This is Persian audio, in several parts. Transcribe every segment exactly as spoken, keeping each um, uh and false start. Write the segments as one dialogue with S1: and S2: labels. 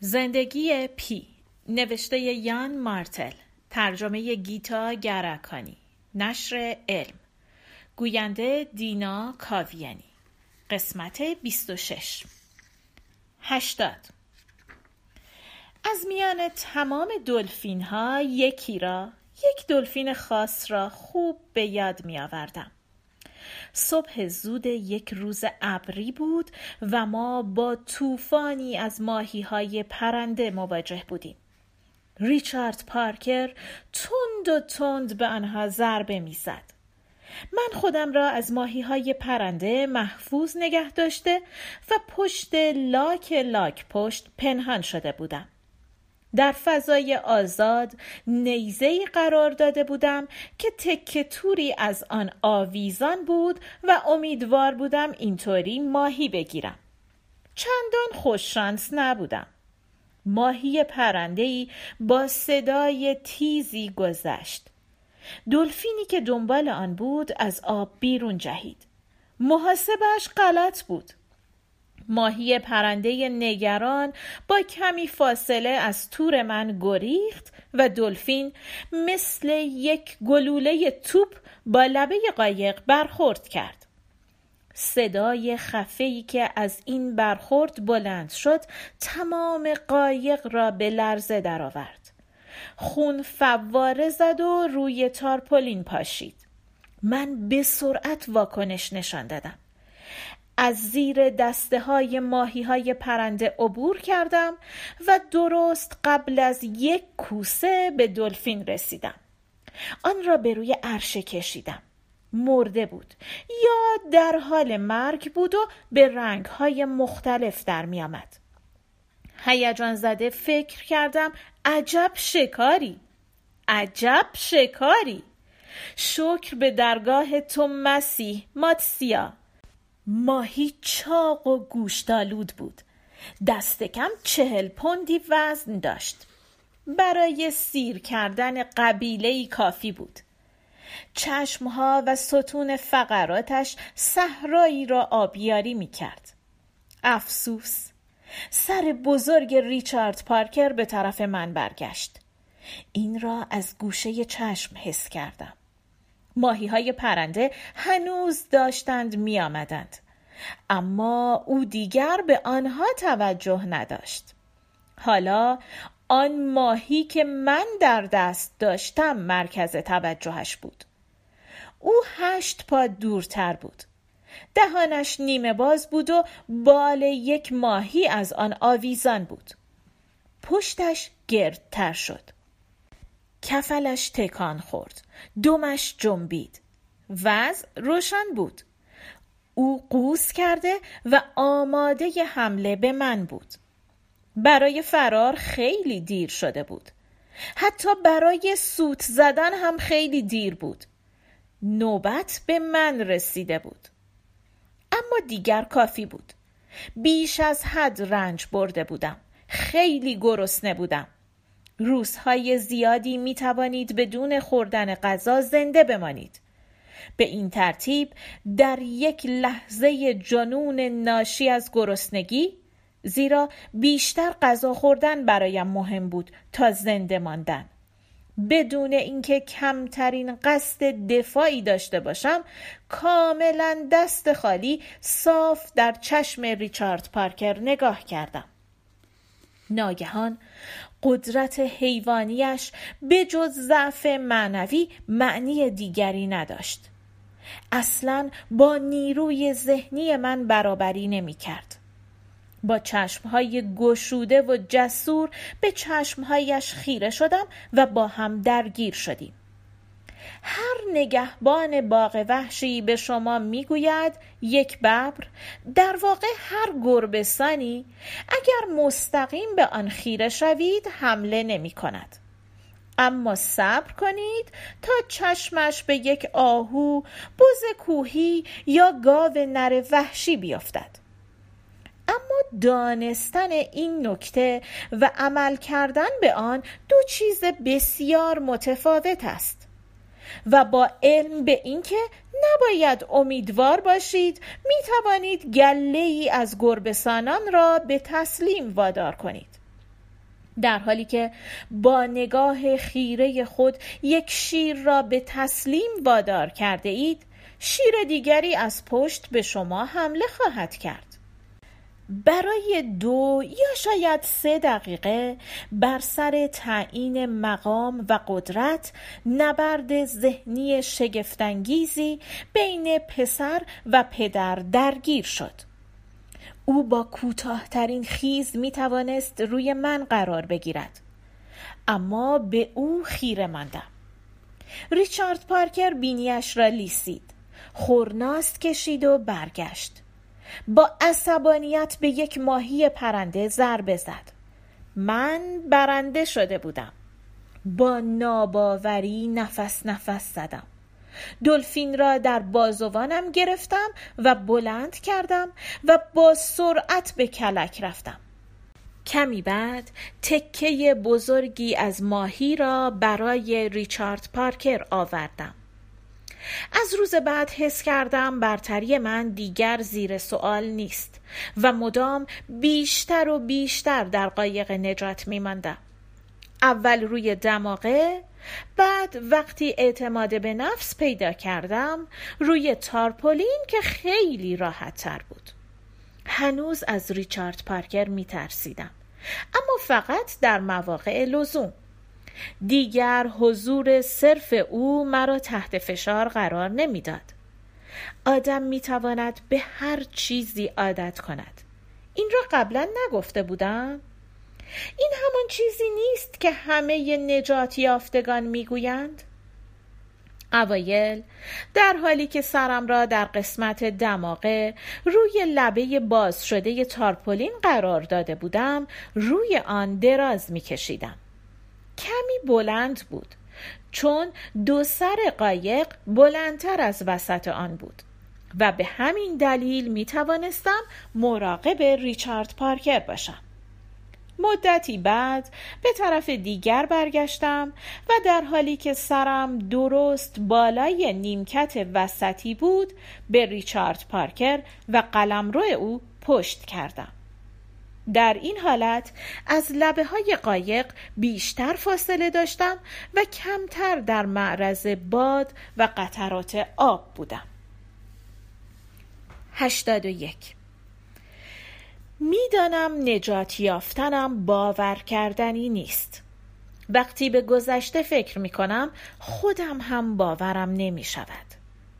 S1: زندگی پی، نوشته یان مارتل، ترجمه گیتا گرکانی، نشر علم، گوینده دینا کاویانی. قسمت بیست و شش. هشتاد. از میان تمام دلفین ها یکی را، یک دلفین خاص را خوب به یاد می آوردم. صبح زود یک روز ابری بود و ما با طوفانی از ماهی‌های پرنده مواجه بودیم. ریچارد پارکر تند و تند به آنها ضربه می‌زد. من خودم را از ماهی‌های پرنده محفوظ نگه داشته و پشت لاک لاک پشت پنهان شده بودم. در فضای آزاد نیزه‌ای قرار داده بودم که تکه توری از آن آویزان بود و امیدوار بودم اینطوری ماهی بگیرم. چندان خوششانس نبودم. ماهی پرنده‌ای با صدای تیزی گذشت. دلفینی که دنبال آن بود از آب بیرون جهید. محاسبه‌اش غلط بود. ماهی پرنده نگران با کمی فاصله از تور من گریخت و دلفین مثل یک گلوله توپ با لبه قایق برخورد کرد. صدای خفه‌ای که از این برخورد بلند شد تمام قایق را به لرزه درآورد. خون فواره زد و روی تارپولین پاشید. من به سرعت واکنش نشان دادم. از زیر دسته های ماهی های پرنده عبور کردم و درست قبل از یک کوسه به دلفین رسیدم. آن را به روی عرشه کشیدم. مرده بود یا در حال مرگ بود و به رنگ های مختلف در می آمد. هیجان زده فکر کردم عجب شکاری، عجب شکاری. شکر به درگاه تو مسیح ماتسیا. ماهی چاق و گوشتالود بود. دست کم چهل پوندی وزن داشت. برای سیر کردن قبیله‌ای کافی بود. چشمها و ستون فقراتش صحرایی را آبیاری می کرد. افسوس. سر بزرگ ریچارد پارکر به طرف من برگشت. این را از گوشه چشم حس کردم. ماهی های پرنده هنوز داشتند می آمدند. اما او دیگر به آنها توجه نداشت. حالا آن ماهی که من در دست داشتم مرکز توجهش بود. او هشت پا دورتر بود. دهانش نیمه باز بود و بال یک ماهی از آن آویزان بود. پشتش گردتر شد. کفلش تکان خورد. دمش جنبید. وضع روشن بود. او قوس کرده و آماده ی حمله به من بود. برای فرار خیلی دیر شده بود. حتی برای سوت زدن هم خیلی دیر بود. نوبت به من رسیده بود. اما دیگر کافی بود. بیش از حد رنج برده بودم. خیلی گرسنه بودم. روزهای زیادی می توانید بدون خوردن غذا زنده بمانید. به این ترتیب در یک لحظه جنون ناشی از گرسنگی، زیرا بیشتر غذا خوردن برایم مهم بود تا زنده ماندن، بدون اینکه کمترین قصد دفاعی داشته باشم، کاملا دست خالی صاف در چشم ریچارد پارکر نگاه کردم. ناگهان قدرت حیوانیش به جز ضعف معنوی معنی دیگری نداشت. اصلاً با نیروی ذهنی من برابری نمی کرد. با چشمهای گشوده و جسور به چشمهایش خیره شدم و با هم درگیر شدیم. هر نگهبان باغ وحشی به شما میگوید یک ببر، در واقع هر گربه‌سانی، اگر مستقیم به آن خیره شوید حمله نمی کند. اما صبر کنید تا چشمش به یک آهو، بز کوهی یا گاو نر وحشی بیفتد. اما دانستن این نکته و عمل کردن به آن دو چیز بسیار متفاوت است. و با علم به اینکه نباید امیدوار باشید، می توانید گله‌ای از گربه‌سانان را به تسلیم وادار کنید. در حالی که با نگاه خیره خود یک شیر را به تسلیم وادار کرده اید، شیر دیگری از پشت به شما حمله خواهد کرد. برای دو یا شاید سه دقیقه بر سر تعیین مقام و قدرت نبرد ذهنی شگفت‌انگیزی بین پسر و پدر درگیر شد. او با کوتاه‌ترین خیز می توانست روی من قرار بگیرد، اما به او خیره ماندم. ریچارد پارکر بینیش را لیسید، خورناست کشید و برگشت. با عصبانیت به یک ماهی پرنده ضربه زد. من برنده شده بودم. با ناباوری نفس نفس زدم. دلفین را در بازوانم گرفتم و بلند کردم و با سرعت به کلک رفتم. کمی بعد تکه بزرگی از ماهی را برای ریچارد پارکر آوردم. از روز بعد حس کردم برتری من دیگر زیر سوال نیست و مدام بیشتر و بیشتر در قایق نجات می ماندم. اول روی دماغه، بعد وقتی اعتماد به نفس پیدا کردم روی تارپولین که خیلی راحت تر بود. هنوز از ریچارد پارکر می ترسیدم، اما فقط در مواقع لزوم. دیگر حضور صرف او مرا تحت فشار قرار نمی داد. آدم می تواند به هر چیزی عادت کند. این را قبلا نگفته بودم؟ این همان چیزی نیست که همه نجات یافتگان می گویند؟ اوایل در حالی که سرم را در قسمت دماغه روی لبه باز شده تارپولین قرار داده بودم، روی آن دراز می کشیدم. کمی بلند بود، چون دو سر قایق بلندتر از وسط آن بود و به همین دلیل می توانستم مراقب ریچارد پارکر باشم. مدتی بعد به طرف دیگر برگشتم و در حالی که سرم درست بالای نیمکت وسطی بود به ریچارد پارکر و قلمرو او پشت کردم. در این حالت از لبه های قایق بیشتر فاصله داشتم و کمتر در معرض باد و قطرات آب بودم. هشتاد و یک. میدانم نجات یافتنم باور کردنی نیست. وقتی به گذشته فکر می کنم خودم هم باورم نمی شود.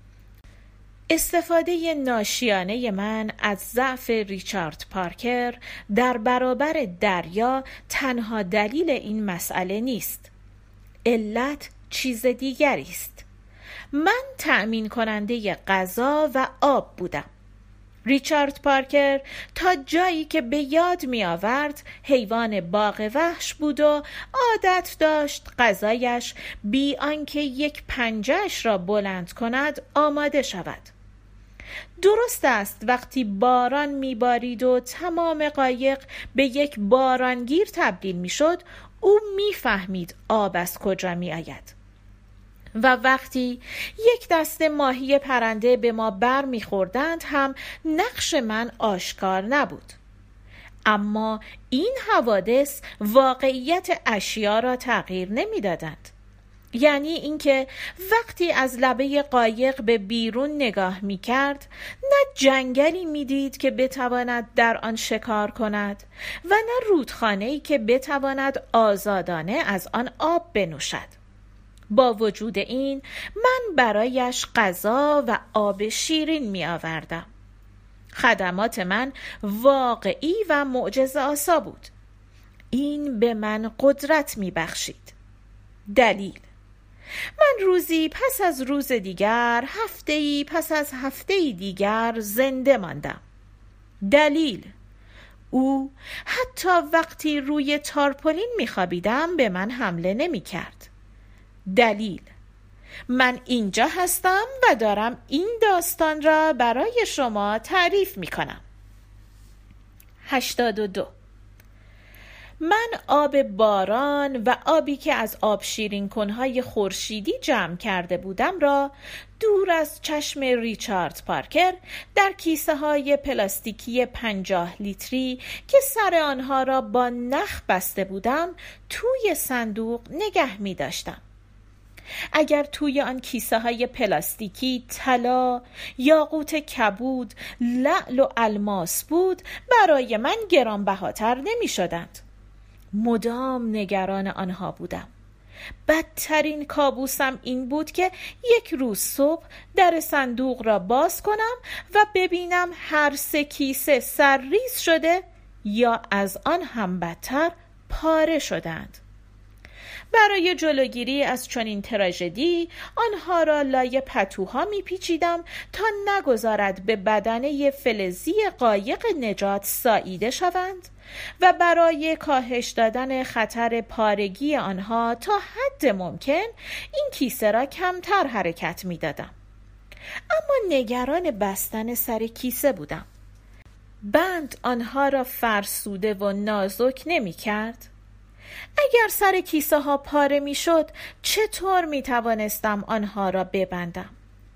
S1: استفاده ناشیانه من از ضعف ریچارد پارکر در برابر دریا تنها دلیل این مسئله نیست. علت چیز دیگری است. من تأمین کننده غذا و آب بودم. ریچارد پارکر تا جایی که به یاد می آورد حیوان باغ وحش بود و عادت داشت غذایش بی آنکه یک پنجه‌اش را بلند کند آماده شود. درست است وقتی باران میبارید و تمام قایق به یک بارانگیر تبدیل میشد، او میفهمید آب از کجا میآید. و وقتی یک دسته ماهی پرنده به ما بر میخوردند هم نقش من آشکار نبود. اما این حوادث واقعیت اشیا را تغییر نمیدادند. یعنی اینکه وقتی از لبه قایق به بیرون نگاه می کرد، نه جنگلی می دید که بتواند در آن شکار کند و نه رودخانه‌ای که بتواند آزادانه از آن آب بنوشد. با وجود این من برایش غذا و آب شیرین می آوردم. خدمات من واقعی و معجزه‌آسا بود. این به من قدرت می بخشید. دلیل: من روزی پس از روز دیگر، هفته‌ای پس از هفته‌ای دیگر زنده ماندم. دلیل: او حتی وقتی روی تارپولین می‌خوابیدم به من حمله نمی‌کرد. دلیل: من اینجا هستم و دارم این داستان را برای شما تعریف می‌کنم. هشتاد و دو. من آب باران و آبی که از آب شیرین کنهای خورشیدی جمع کرده بودم را دور از چشم ریچارد پارکر در کیسه های پلاستیکی پنجاه لیتری که سر آنها را با نخ بسته بودم توی صندوق نگه می داشتم. اگر توی آن کیسه های پلاستیکی طلا، یاقوت کبود، لعل و الماس بود برای من گرانبهاتر نمی شدند. مدام نگران آنها بودم. بدترین کابوسم این بود که یک روز صبح در صندوق را باز کنم و ببینم هر سه کیسه سرریز شده یا از آن هم بدتر پاره شدند. برای جلوگیری از چنین تراژدی آنها را لای پتوها میپیچیدم تا نگذارد به بدنه فلزی قایق نجات ساییده شوند و برای کاهش دادن خطر پارگی آنها تا حد ممکن این کیسه را کمتر حرکت میدادم. اما نگران بستن سر کیسه بودم. بند آنها را فرسوده و نازک نمی کرد؟ اگر سر کیسه ها پاره می شد چطور می توانستم آنها را ببندم؟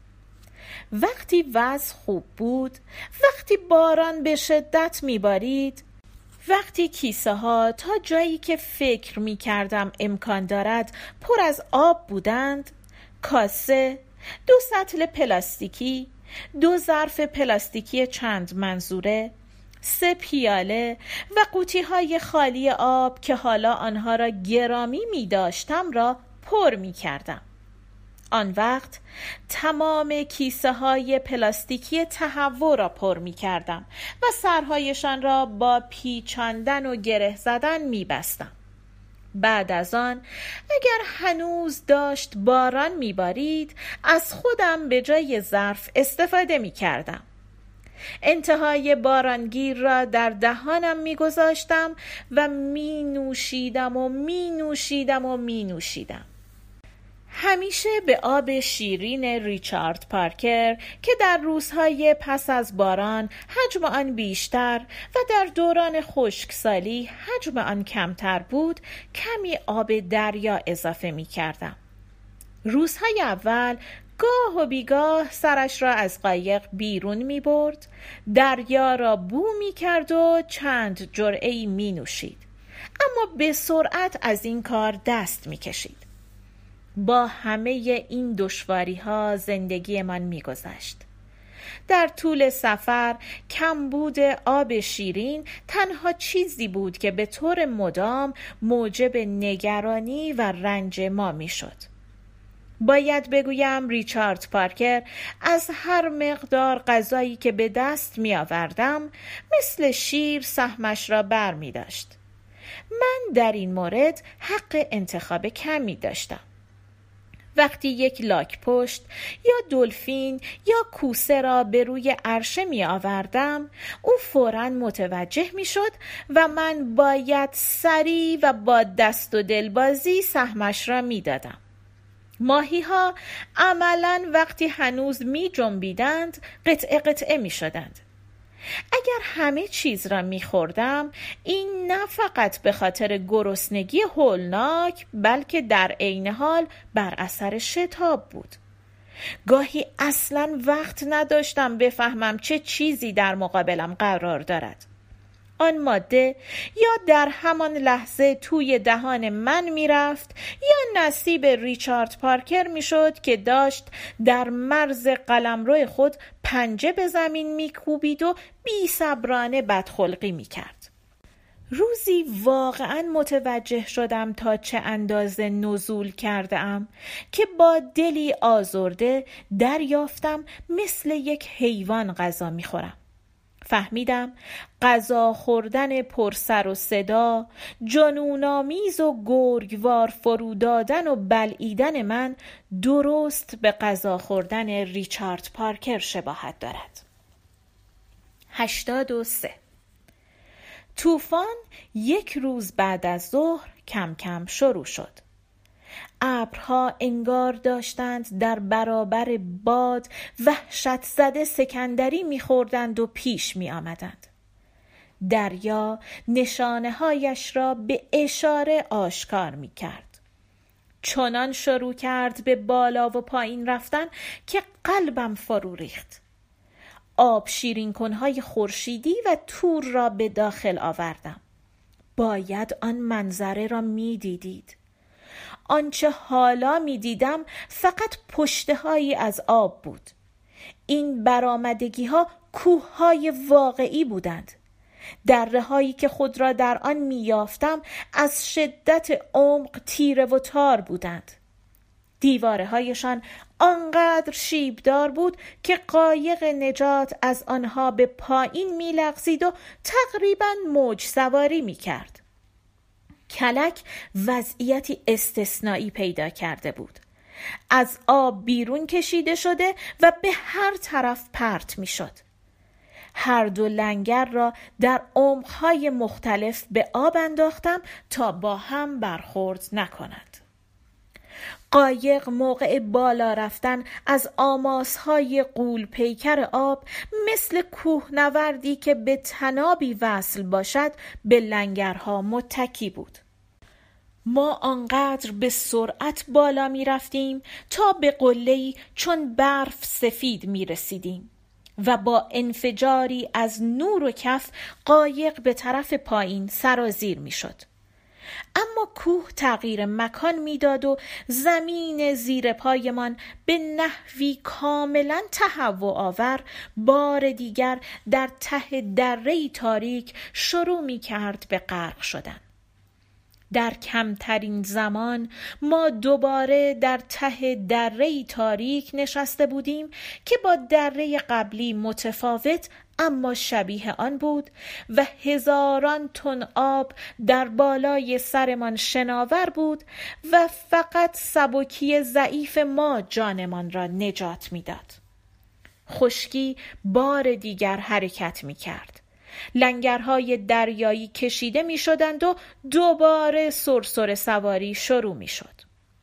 S1: وقتی وضع خوب بود، وقتی باران به شدت می بارید، وقتی کیسه ها تا جایی که فکر می کردم امکان دارد پر از آب بودند، کاسه، دو سطل پلاستیکی، دو ظرف پلاستیکی چند منظوره، سه پیاله و قوطی‌های خالی آب که حالا آنها را گرامی می داشتم را پر می کردم. آن وقت تمام کیسه های پلاستیکی تهوع را پر می کردم و سرهایشان را با پیچاندن و گره زدن می بستم. بعد از آن اگر هنوز داشت باران می بارید از خودم به جای ظرف استفاده می کردم. انتهای بارانگیر را در دهانم می گذاشتم و می نوشیدم و می نوشیدم و می نوشیدم. همیشه به آب شیرین ریچارد پارکر که در روزهای پس از باران حجم آن بیشتر و در دوران خشکسالی حجم آن کمتر بود کمی آب دریا اضافه می کردم. روزهای اول گاه و بیگاه سرش را از قایق بیرون می برد، دریا را بو می کرد و چند جرعه‌ای می نوشید، اما به سرعت از این کار دست می کشید. با همه این دشواری ها زندگی من می گذشت. در طول سفر کمبود آب شیرین تنها چیزی بود که به طور مدام موجب نگرانی و رنج ما می شد. باید بگویم ریچارد پارکر از هر مقدار غذایی که به دست می آوردم مثل شیر سهمش را بر می داشت. من در این مورد حق انتخاب کمی داشتم. وقتی یک لاک پشت یا دلفین یا کوسه را به روی عرشه می آوردم او فوراً متوجه می شد و من باید سریع و با دست و دلبازی سهمش را می دادم. ماهی ها عملاً وقتی هنوز می جنبیدند قطعه قطعه می شدند. اگر همه چیز را می خوردم این نه فقط به خاطر گرسنگی هولناک بلکه در عین حال بر اثر شتاب بود. گاهی اصلاً وقت نداشتم بفهمم چه چیزی در مقابلم قرار دارد. آن ماده یا در همان لحظه توی دهان من می رفت یا نصیب ریچارد پارکر می شد که داشت در مرز قلمرو خود پنجه به زمین می کوبید و بی صبرانه بدخلقی می کرد. روزی واقعاً متوجه شدم تا چه اندازه نزول کرده ام که با دلی آزرده دریافتم مثل یک حیوان غذا می خورم. فهمیدم غذا خوردن پرسر و صدا، جنون‌آمیز و گرگوار فرو دادن و بلعیدن من درست به غذا خوردن ریچارد پارکر شباهت دارد. هشتاد و سه. طوفان یک روز بعد از ظهر کم کم شروع شد. ابرها انگار داشتند در برابر باد وحشت زده سکندری می‌خوردند و پیش می‌آمدند. دریا نشانه هایش را به اشاره آشکار می کرد. چنان شروع کرد به بالا و پایین رفتن که قلبم فرو ریخت. آب شیرین کنهای خورشیدی و تور را به داخل آوردم. باید آن منظره را می دیدید. آنچه حالا می دیدم فقط پشته هایی از آب بود. این برآمدگی ها کوه های واقعی بودند. دره هایی که خود را در آن می یافتم از شدت عمق تیره و تار بودند. دیواره هایشان آنقدر شیبدار بود که قایق نجات از آنها به پایین می لغزید و تقریباً موج سواری می کرد. کلک وضعیتی استثنایی پیدا کرده بود. از آب بیرون کشیده شده و به هر طرف پرت می شد. هر دو لنگر را در عمق‌های مختلف به آب انداختم تا با هم برخورد نکنند. قایق موقع بالا رفتن از آماس‌های غول پیکر آب مثل کوهنوردی که به تنابی وصل باشد به لنگرها متکی بود. ما آنقدر به سرعت بالا می رفتیم تا به قله‌ای چون برف سفید می رسیدیم و با انفجاری از نور و کف قایق به طرف پایین سرازیر می شد. اما کوه تغییر مکان میداد و زمین زیر پایمان به نحوی کاملا تهوع آور بار دیگر در ته دره‌ای تاریک شروع می کرد به غرق شدن. در کمترین زمان ما دوباره در ته دره‌ای تاریک نشسته بودیم که با دره قبلی متفاوت اما شبیه آن بود و هزاران تن آب در بالای سرمان شناور بود و فقط سبکی ضعیف ما جانمان را نجات میداد. خشکی بار دیگر حرکت می کرد. لنگرهای دریایی کشیده می شدند و دوباره سرسره سواری شروع می شد.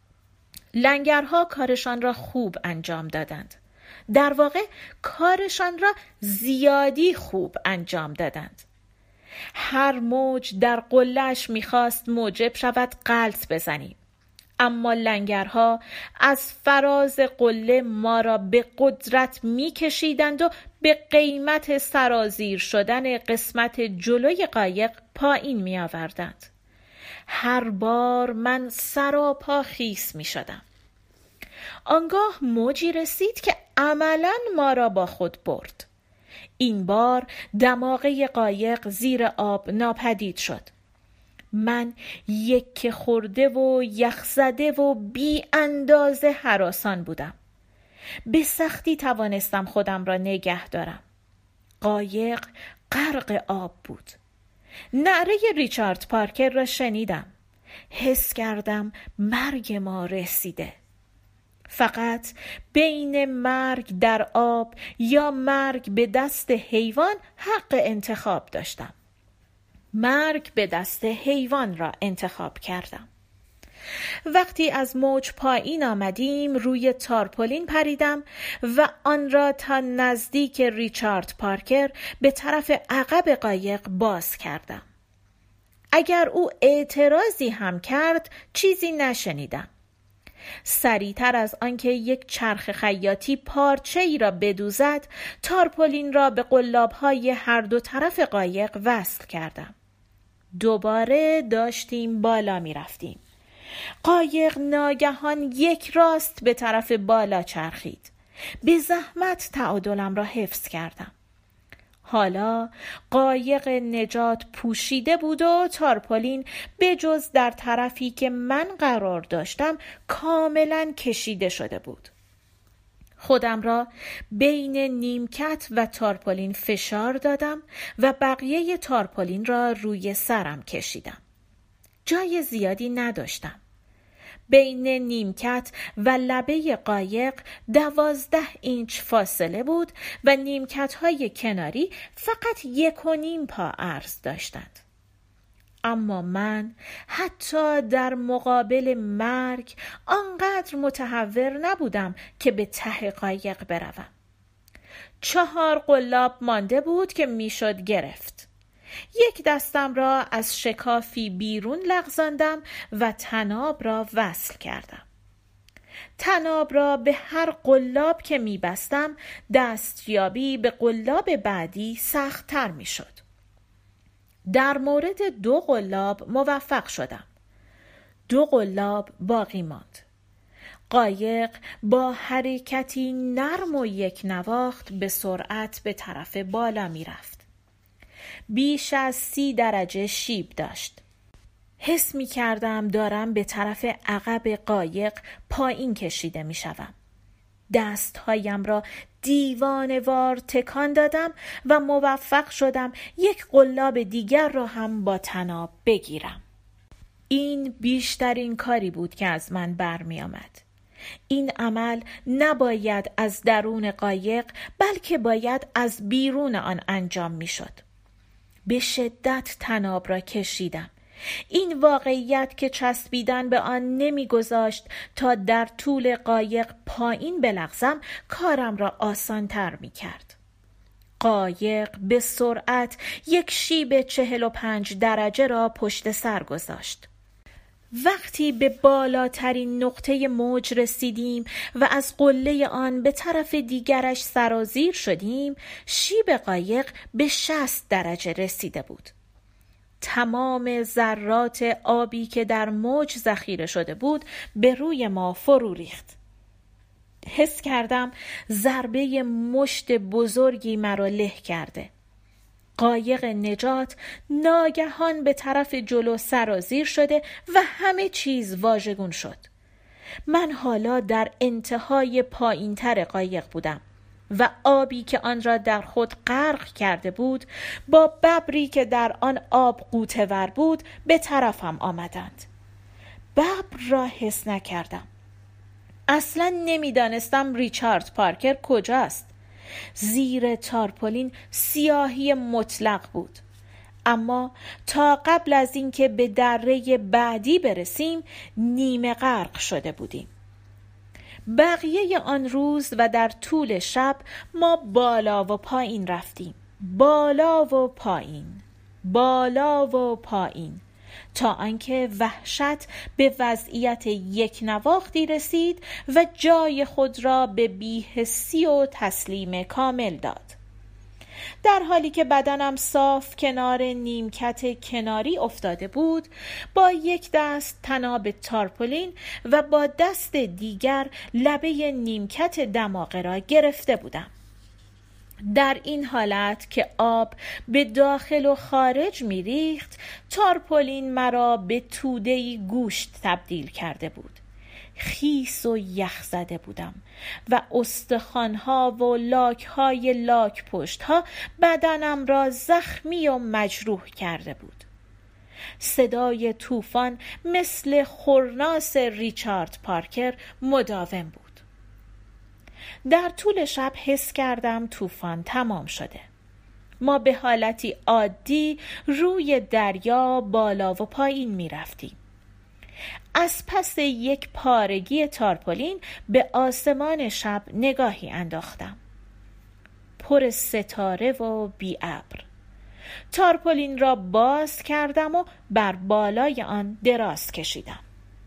S1: لنگرها کارشان را خوب انجام دادند. در واقع کارشان را زیادی خوب انجام دادند. هر موج در قله‌اش می‌خواست موجب شود غلط بزنیم. اما لنگرها از فراز قله ما را به قدرت می‌کشیدند و به قیمت سرازیر شدن قسمت جلوی قایق پایین می‌آوردند. هر بار من سراپا خیس می‌شدم. آنگاه موجی رسید که عملاً ما را با خود برد. این بار دماغه قایق زیر آب ناپدید شد. من یک خورده و یخزده و بی اندازه هراسان بودم. به سختی توانستم خودم را نگه دارم. قایق غرق آب بود. نعره ریچارد پارکر را شنیدم. حس کردم مرگ ما رسیده. فقط بین مرگ در آب یا مرگ به دست حیوان حق انتخاب داشتم. مرگ به دست حیوان را انتخاب کردم. وقتی از موج پایین آمدیم روی تارپولین پریدم و آن را تا نزدیک ریچارد پارکر به طرف عقب قایق باز کردم. اگر او اعتراضی هم کرد چیزی نشنیدم. سریعتر از آنکه یک چرخ خیاطی پارچه ای را بدوزد تارپولین را به قلاب‌های هر دو طرف قایق وصل کردم. دوباره داشتیم بالا می رفتیم. قایق ناگهان یک راست به طرف بالا چرخید. به زحمت تعادلم را حفظ کردم. حالا قایق نجات پوشیده بود و تارپولین به جز در طرفی که من قرار داشتم کاملا کشیده شده بود. خودم را بین نیمکت و تارپولین فشار دادم و بقیه تارپولین را روی سرم کشیدم. جای زیادی نداشتم. بین نیمکت و لبه قایق دوازده اینچ فاصله بود و نیمکت های کناری فقط یک و نیم پا عرض داشتند. اما من حتی در مقابل مرگ آنقدر متحور نبودم که به ته قایق بروم. چهار قلاب مانده بود که میشد گرفت. یک دستم را از شکافی بیرون لغزاندم و طناب را وصل کردم. طناب را به هر قلاب که می بستم دستیابی به قلاب بعدی سخت تر می شد. در مورد دو قلاب موفق شدم. دو قلاب باقی ماند. قایق با حرکتی نرم و یک نواخت به سرعت به طرف بالا می رفت. بیش از سی درجه شیب داشت. حس می کردم دارم به طرف عقب قایق پایین کشیده می شوم. دستهایم را دیوانه‌وار تکان دادم و موفق شدم یک قلاب دیگر را هم با طناب بگیرم. این بیشترین کاری بود که از من برمی آمد. این عمل نباید از درون قایق بلکه باید از بیرون آن انجام می شد. به شدت طناب را کشیدم. این واقعیت که چسبیدن به آن نمی گذاشت تا در طول قایق پایین بلغزم کارم را آسان تر می کرد. قایق به سرعت یک شیب چهل و پنج درجه را پشت سر گذاشت. وقتی به بالاترین نقطه موج رسیدیم و از قله آن به طرف دیگرش سرازیر شدیم، شیب قایق به شصت درجه رسیده بود. تمام ذرات آبی که در موج ذخیره شده بود به روی ما فرو ریخت. حس کردم ضربه مشت بزرگی مرا له کرده. قایق نجات ناگهان به طرف جلو سرازیر شده و همه چیز واژگون شد. من حالا در انتهای پایین‌تر قایق بودم و آبی که آن را در خود غرق کرده بود با ببری که در آن آب غوطه‌ور بود به طرفم آمدند. ببر را حس نکردم. اصلا نمیدانستم ریچارد پارکر کجاست. زیر تارپولین سیاهی مطلق بود. اما تا قبل از اینکه به دره بعدی برسیم نیمه غرق شده بودیم. بقیه آن روز و در طول شب ما بالا و پایین رفتیم. بالا و پایین. بالا و پایین. تا آنکه وحشت به وضعیت یک نواختی رسید و جای خود را به بی‌حسی و تسلیم کامل داد. در حالی که بدنم صاف کنار نیمکت کناری افتاده بود، با یک دست طناب تارپولین و با دست دیگر لبه نیمکت دماغه را گرفته بودم. در این حالت که آب به داخل و خارج می ریخت، تارپولین مرا به توده‌ای گوشت تبدیل کرده بود. خیس و یخ زده بودم و استخوان‌ها و لاک‌های لاک پشت‌ها بدنم را زخمی و مجروح کرده بود. صدای طوفان مثل خرناس ریچارد پارکر مداوم بود. در طول شب حس کردم طوفان تمام شده. ما به حالتی عادی روی دریا بالا و پایین می رفتیم. از پس یک پارگی تارپولین به آسمان شب نگاهی انداختم. پر ستاره و بی ابر. تارپولین را باز کردم و بر بالای آن دراز کشیدم.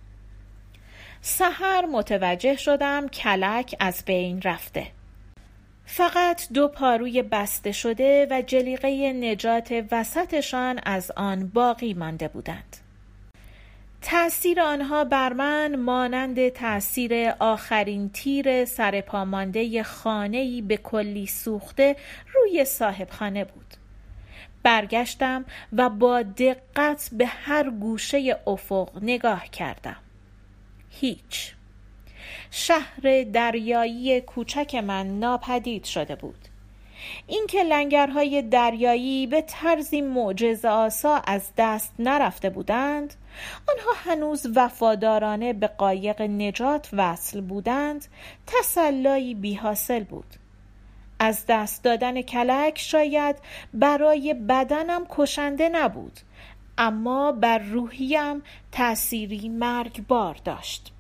S1: سحر متوجه شدم کلک از بین رفته. فقط دو پاروی بسته شده و جلیقه نجات وسطشان از آن باقی مانده بودند. تأثیر آنها بر من مانند تأثیر آخرین تیر سرپامانده خانه‌ای به کلی سوخته روی صاحبخانه بود. برگشتم و با دقت به هر گوشه افق نگاه کردم. هیچ. شهر دریایی کوچک من ناپدید شده بود. اینکه لنگرهای دریایی به طرزی معجزه‌آسا از دست نرفته بودند، آنها هنوز وفادارانه به قایق نجات وصل بودند، تسلایی بی حاصل بود. از دست دادن کلک شاید برای بدنم کشنده نبود، اما بر روحیم تأثیری مرگبار داشت.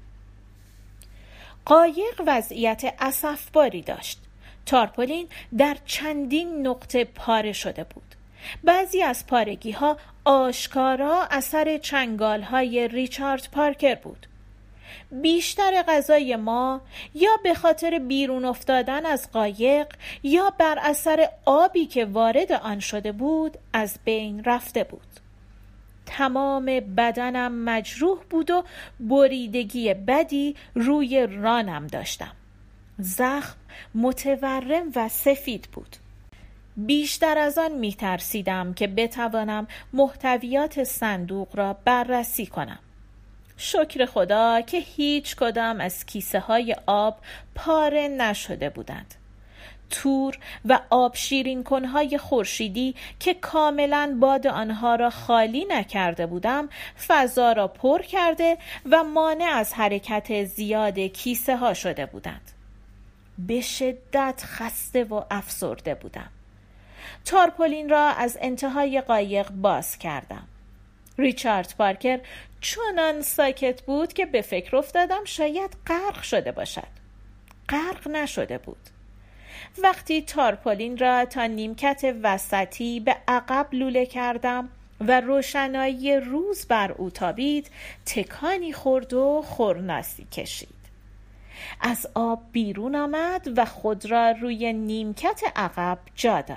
S1: قایق وضعیت اسفباری داشت. تارپولین در چندین نقطه پاره شده بود. بعضی از پارگی ها آشکارا اثر چنگال های ریچارد پارکر بود. بیشتر غذای ما یا به خاطر بیرون افتادن از قایق یا بر اثر آبی که وارد آن شده بود از بین رفته بود. تمام بدنم مجروح بود و بریدگی بدی روی رانم داشتم. زخم متورم و سفید بود. بیشتر از آن می ترسیدم که بتوانم محتویات صندوق را بررسی کنم. شکر خدا که هیچ کدام از کیسه های آب پاره نشده بودند. تور و آب شیرین کنهای خورشیدی که کاملا باد آنها را خالی نکرده بودم فضا را پر کرده و مانع از حرکت زیاد کیسه ها شده بودند. به شدت خسته و افسرده بودم. تارپولین را از انتهای قایق باز کردم. ریچارد پارکر چنان ساکت بود که به فکر افتادم شاید غرق شده باشد. غرق نشده بود. وقتی تارپولین را تا نیمکت وسطی به عقب لوله کردم و روشنایی روز بر او تابید، تکانی خورد و خورناسی کشید. از آب بیرون آمد و خود را روی نیمکت عقب جا داد.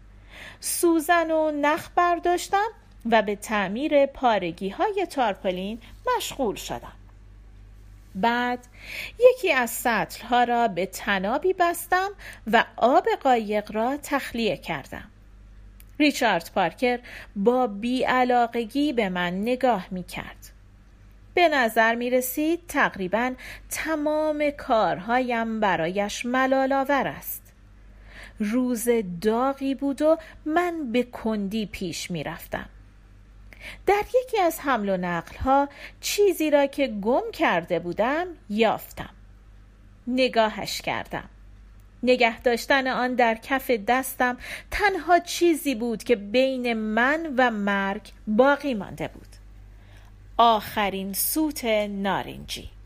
S1: سوزن و نخ برداشتم و به تعمیر پارگی های تارپولین مشغول شدم. بعد یکی از سطل ها را به تنابی بستم و آب قایق را تخلیه کردم. ریچارد پارکر با بی‌علاقگی به من نگاه می کرد. به نظر می رسید تقریباً تمام کارهایم برایش ملال‌آور است. روز داغی بود و من به کندی پیش می رفتم. در یکی از حمل و نقل ها چیزی را که گم کرده بودم یافتم. نگاهش کردم. نگه داشتن آن در کف دستم تنها چیزی بود که بین من و مرگ باقی مانده بود. آخرین سوت نارنجی.